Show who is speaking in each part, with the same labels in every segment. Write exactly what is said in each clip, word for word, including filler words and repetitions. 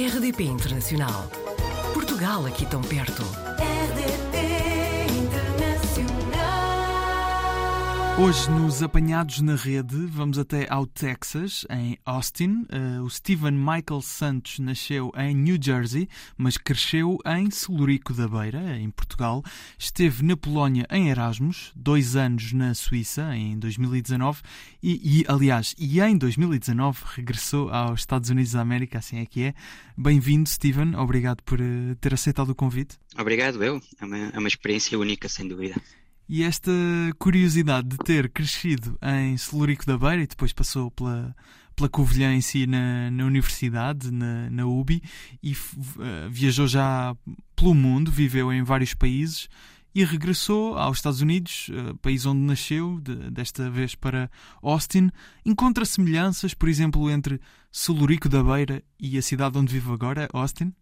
Speaker 1: R D P Internacional. Portugal aqui tão perto. R D P Internacional.
Speaker 2: Hoje, nos Apanhados na Rede, vamos até ao Texas, em Austin. Uh, o Steven Michael Santos nasceu em New Jersey, mas cresceu em Celurico da Beira, em Portugal. Esteve na Polónia em Erasmus, dois anos na Suíça, em dois mil e dezanove, e, e aliás, e em dois mil e dezanove regressou aos Estados Unidos da América, assim é que é. Bem-vindo, Steven, obrigado por uh, ter aceitado o convite.
Speaker 3: Obrigado, eu. É uma, é uma experiência única, sem dúvida.
Speaker 2: E esta curiosidade de ter crescido em Celurico da Beira e depois passou pela, pela Covilhã em si na, na universidade, na, na U B I, e uh, viajou já pelo mundo, viveu em vários países e regressou aos Estados Unidos, uh, país onde nasceu, de, desta vez para Austin. Encontra semelhanças, por exemplo, entre Celurico da Beira e a cidade onde vive agora, Austin?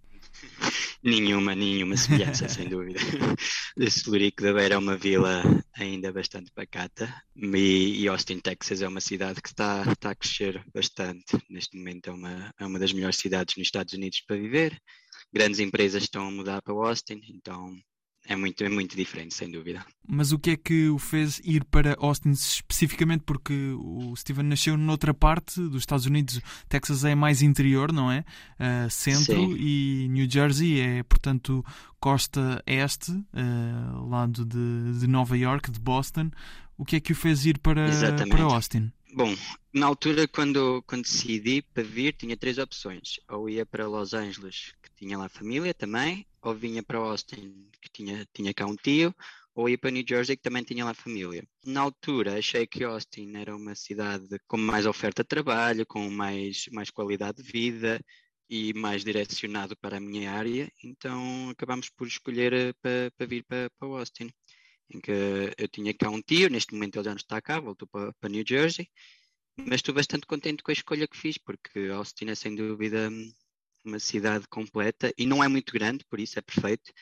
Speaker 3: Nenhuma, nenhuma semelhança, sem dúvida. Celurico da Beira é uma vila ainda bastante pacata e, e Austin, Texas é uma cidade que está, está a crescer bastante. Neste momento é uma, é uma das melhores cidades nos Estados Unidos para viver. Grandes empresas estão a mudar para Austin, então é muito, é muito diferente, sem dúvida.
Speaker 2: Mas o que é que o fez ir para Austin especificamente? Porque o Steven nasceu noutra parte dos Estados Unidos. Texas é mais interior, não é? Uh, centro. Sim. E New Jersey é, portanto, costa este, uh, lado de, de Nova York, de Boston. O que é que o fez ir para, para Austin?
Speaker 3: Bom, na altura, quando, quando decidi para vir, tinha três opções. Ou ia para Los Angeles, que tinha lá família também, ou vinha para Austin, que tinha, tinha cá um tio, ou ia para New Jersey, que também tinha lá família. Na altura, achei que Austin era uma cidade com mais oferta de trabalho, com mais, mais qualidade de vida e mais direcionado para a minha área, então acabámos por escolher para, para vir para, para Austin, em que eu tinha cá um tio, neste momento ele já não está cá, voltou para, para New Jersey, mas estou bastante contente com a escolha que fiz, porque Austin é sem dúvida uma cidade completa e não é muito grande, por isso é perfeito,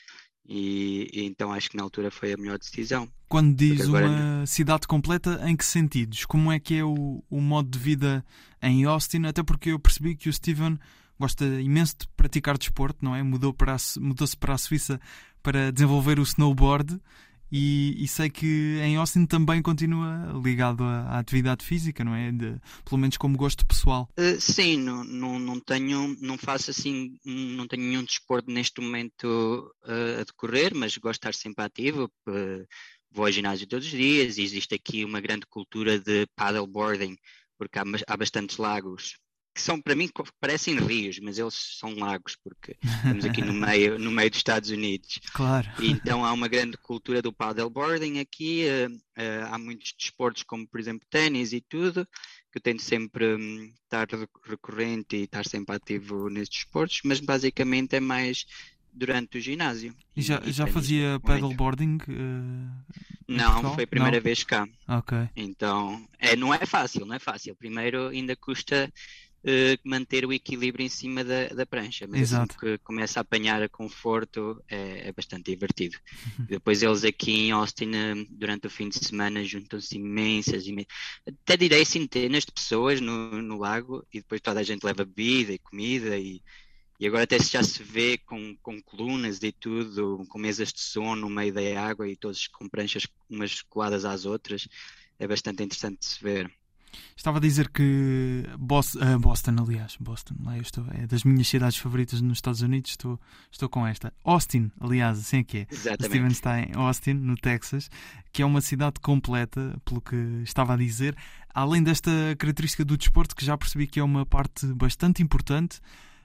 Speaker 3: e, e então acho que na altura foi a melhor decisão.
Speaker 2: Quando diz agora... uma cidade completa, em que sentidos? Como é que é o, o modo de vida em Austin? Até porque eu percebi que o Steven gosta imenso de praticar desporto, não é? Mudou para a, mudou-se para a Suíça para desenvolver o snowboard. E, e sei que em Austin também continua ligado à, à atividade física, não é? De, pelo menos como gosto pessoal.
Speaker 3: Uh, sim, não, não, não tenho, não faço assim, não tenho nenhum desporto neste momento uh, a decorrer, mas gosto de estar sempre ativo. Uh, vou ao ginásio todos os dias. Existe aqui uma grande cultura de paddleboarding, porque há, há bastantes lagos que são, para mim, parecem rios, mas eles são lagos, porque estamos aqui no meio, no meio dos Estados Unidos.
Speaker 2: Claro.
Speaker 3: E então há uma grande cultura do paddleboarding aqui, uh, uh, há muitos desportos, como por exemplo ténis e tudo, que eu tento sempre um, estar recorrente e estar sempre ativo nesses desportos, mas basicamente é mais durante o ginásio.
Speaker 2: E já, e já fazia paddleboarding? Uh,
Speaker 3: não,
Speaker 2: Portugal?
Speaker 3: Foi a primeira
Speaker 2: não.
Speaker 3: vez cá.
Speaker 2: Ok.
Speaker 3: Então, é, não é fácil, não é fácil. Primeiro ainda custa Uh, manter o equilíbrio em cima da, da prancha, mas
Speaker 2: Exato.
Speaker 3: assim que começa a apanhar a conforto é, é bastante divertido. Uhum. Depois eles aqui em Austin, durante o fim de semana, juntam-se imensas, imensas, até direi centenas de pessoas no, no lago, e depois toda a gente leva bebida e comida, e, e agora até já se vê com, com colunas e tudo, com mesas de som no meio da água e todos com pranchas umas coladas às outras. É bastante interessante de se ver.
Speaker 2: Estava a dizer que Boston, uh, Boston aliás, Boston, lá eu estou, é das minhas cidades favoritas nos Estados Unidos, estou, estou com esta. Austin, aliás, assim é que é.
Speaker 3: Exatamente.
Speaker 2: O Steven está em Austin, no Texas, que é uma cidade completa, pelo que estava a dizer, além desta característica do desporto, que já percebi que é uma parte bastante importante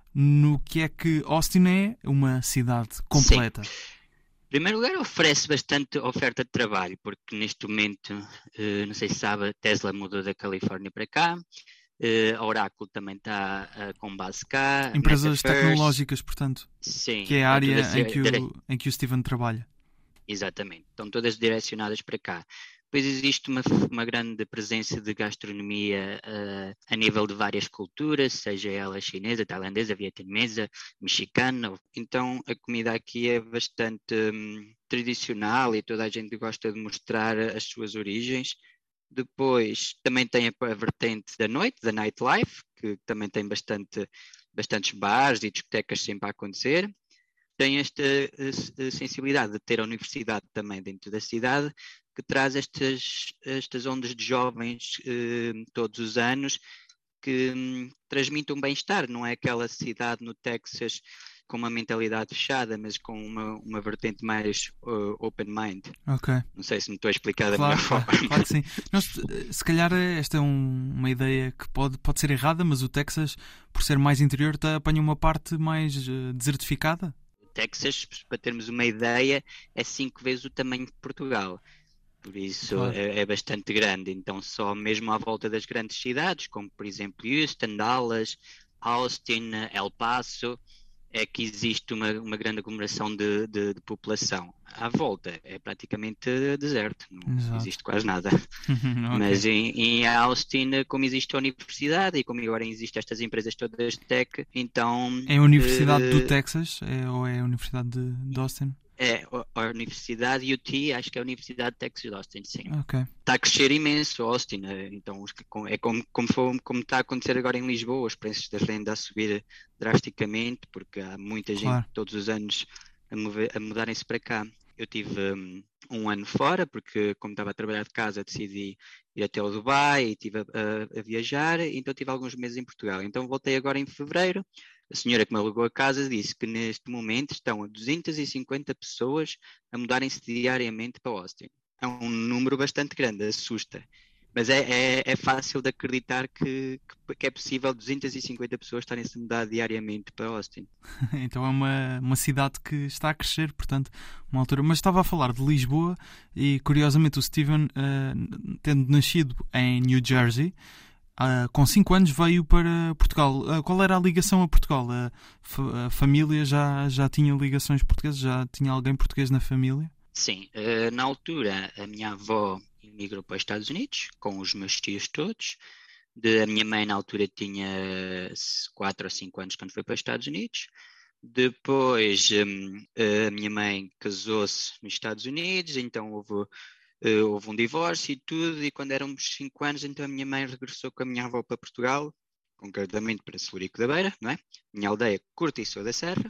Speaker 2: no que é que Austin é uma cidade completa.
Speaker 3: Sim. Em primeiro lugar, oferece bastante oferta de trabalho, porque neste momento, uh, não sei se sabe, a Tesla mudou da Califórnia para cá, uh, a Oracle também está uh, com base cá.
Speaker 2: Empresas tecnológicas, portanto,
Speaker 3: sim,
Speaker 2: que é a área em que, o, em que o Steven trabalha.
Speaker 3: Exatamente, estão todas direcionadas para cá. Depois existe uma, uma grande presença de gastronomia uh, a nível de várias culturas, seja ela chinesa, tailandesa, vietnamesa, mexicana. Então a comida aqui é bastante um, tradicional e toda a gente gosta de mostrar as suas origens. Depois também tem a, a vertente da noite, da nightlife, que também tem bastante bastantes bares e discotecas sempre a acontecer. Tem esta a, a sensibilidade de ter a universidade também dentro da cidade, que traz estas, estas ondas de jovens eh, todos os anos, que hum, transmitem um bem-estar. Não é aquela cidade no Texas com uma mentalidade fechada, mas com uma, uma vertente mais uh, open mind.
Speaker 2: Ok.
Speaker 3: Não sei se me estou a explicar da
Speaker 2: Claro,
Speaker 3: melhor
Speaker 2: claro,
Speaker 3: forma.
Speaker 2: claro que sim. Nós, se calhar esta é um- uma ideia que pode, pode ser errada, mas o Texas, por ser mais interior, tá- apanha uma parte mais eh, desertificada?
Speaker 3: O Texas, para termos uma ideia, é cinco vezes o tamanho de Portugal. Por isso
Speaker 2: Claro.
Speaker 3: é, é bastante grande. Então só mesmo à volta das grandes cidades, como por exemplo Houston, Dallas, Austin, El Paso, é que existe uma, uma grande aglomeração de, de, de população. À volta é praticamente deserto, não
Speaker 2: Exato.
Speaker 3: existe quase nada.
Speaker 2: Ok.
Speaker 3: Mas em, em Austin, como existe a universidade e como agora existem estas empresas todas de tech, então...
Speaker 2: É a Universidade
Speaker 3: eh,
Speaker 2: do Texas é, ou é a Universidade de, de Austin?
Speaker 3: É a a Universidade U T, acho que é a Universidade de Texas de Austin, sim.
Speaker 2: Ok.
Speaker 3: Está a crescer imenso Austin, eh, então os que- com- é como, como, foi- como está a acontecer agora em Lisboa, os preços da renda a subir drasticamente, porque há muita gente
Speaker 2: Claro.
Speaker 3: todos os anos a, mover- a mudarem-se para cá. Eu tive hum, um ano fora, porque como estava a trabalhar de casa, decidi ir até ao Dubai e estive a, a- a viajar, então tive alguns meses em Portugal. Então voltei agora em fevereiro. A senhora que me alugou a casa disse que neste momento estão duzentas e cinquenta pessoas a mudarem-se diariamente para Austin. É um número bastante grande, assusta. Mas é, é, é fácil de acreditar que, que- que é possível duzentas e cinquenta pessoas estarem-se a mudar diariamente para Austin.
Speaker 2: Então é uma, uma cidade que está a crescer, portanto, uma altura. Mas estava a falar de Lisboa e, curiosamente, o Steven, eh, tendo nascido em New Jersey, ah, com cinco anos veio para Portugal. Ah, qual era a ligação a Portugal? A, fa- a família já, já tinha ligações portuguesas? Já tinha alguém português na família?
Speaker 3: Sim, eh, na altura a minha avó emigrou para os Estados Unidos com os meus tios todos. De, a minha mãe na altura tinha quatro ou cinco anos quando foi para os Estados Unidos. Depois hum, a minha mãe casou-se nos Estados Unidos, então houve, eh, houve um divórcio e tudo, e quando éramos cinco anos, então a minha mãe regressou com a minha avó para Portugal, concretamente para Celurico da Beira, não é? Minha aldeia Cortiço da Serra.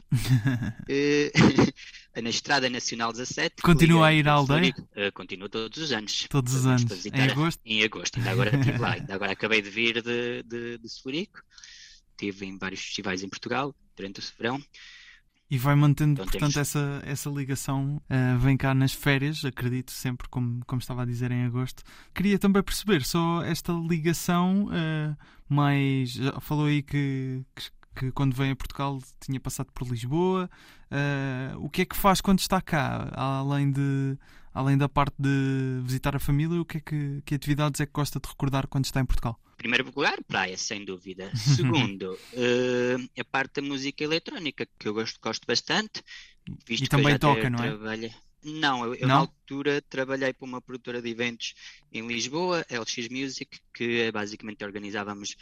Speaker 3: Eh, na Estrada Nacional dezassete. que
Speaker 2: Continua
Speaker 3: liga
Speaker 2: a ir
Speaker 3: entre
Speaker 2: à aldeia?
Speaker 3: Celurico, eh, continua todos os anos.
Speaker 2: Todos os
Speaker 3: Pelo menos
Speaker 2: anos.
Speaker 3: para visitar
Speaker 2: Em
Speaker 3: a-
Speaker 2: agosto?
Speaker 3: Em agosto, ainda agora estive lá. Ainda agora acabei de vir de, de, de Celurico. Estive em vários festivais em Portugal durante o verão.
Speaker 2: E vai mantendo,
Speaker 3: Então
Speaker 2: portanto,
Speaker 3: temos-
Speaker 2: essa, essa ligação. Ah, vem cá nas férias, acredito sempre, como, como estava a dizer, em agosto. Queria também perceber só esta ligação ah, mais. Já falou aí que, que, que quando vem a Portugal tinha passado por Lisboa. Ah, o que é que faz quando está cá? Além, de, além da parte de visitar a família, o que é que, que atividades é que gosta de recordar quando está em Portugal?
Speaker 3: Primeiro lugar, praia, sem dúvida. Segundo, eh, a parte da música eletrónica, que eu gosto, gosto bastante. Visto
Speaker 2: E
Speaker 3: que eu
Speaker 2: também
Speaker 3: já
Speaker 2: toca,
Speaker 3: tra-
Speaker 2: não é?
Speaker 3: trabalhei- Não, eu, eu
Speaker 2: Não?
Speaker 3: na altura trabalhei para uma produtora de eventos em Lisboa, L X Music, que basicamente organizávamos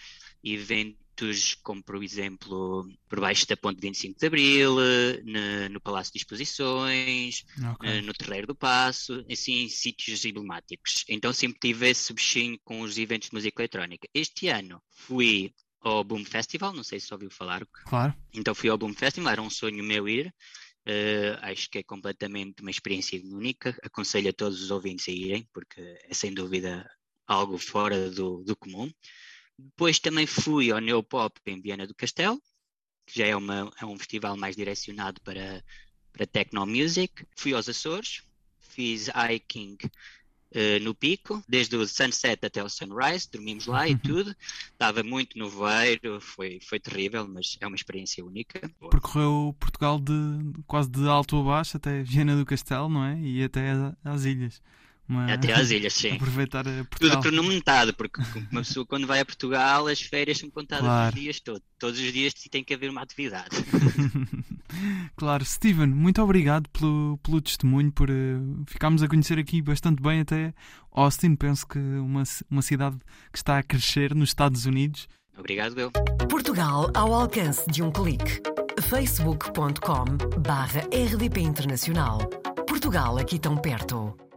Speaker 3: eventos como, por exemplo, por baixo da Ponte vinte e cinco de Abril, na- no Palácio de Exposições,
Speaker 2: Ok.
Speaker 3: eh, no Terreiro do Paço, assim, sítios emblemáticos. Então sempre tive esse bichinho com os eventos de música eletrónica. Este ano fui ao Boom Festival, não sei se ouviu falar.
Speaker 2: Claro.
Speaker 3: Então fui ao Boom Festival, era um sonho meu ir. Eh, acho que é completamente uma experiência única. Aconselho a todos os ouvintes a irem, porque é sem dúvida algo fora do, do comum. Depois também fui ao Neopop em Viana do Castelo, que já é, uma, é um festival mais direcionado para, para techno music. Fui aos Açores, fiz hiking eh, no Pico, desde o sunset até o sunrise, dormimos lá e tudo. Estava muito nevoeiro, foi, foi terrível, mas é uma experiência única.
Speaker 2: Percorreu Portugal de quase de alto a baixo até Viana do Castelo, não é? E até às ilhas. Uma-
Speaker 3: Até às ilhas, sim.
Speaker 2: Aproveitar a
Speaker 3: Tudo
Speaker 2: Portugal.
Speaker 3: cronometrado, porque uma pessoa quando vai a Portugal, as férias são contadas
Speaker 2: Claro.
Speaker 3: os dias todos. Todos os dias tem que haver uma atividade.
Speaker 2: Claro, Steven, muito obrigado pelo, pelo testemunho, por eh, ficarmos a conhecer aqui bastante bem até Austin. Penso que uma, ci- uma cidade que está a crescer nos Estados Unidos.
Speaker 3: Obrigado, eu.
Speaker 1: Portugal ao alcance de um clique. facebook ponto com barra R D P Internacional. Portugal aqui tão perto.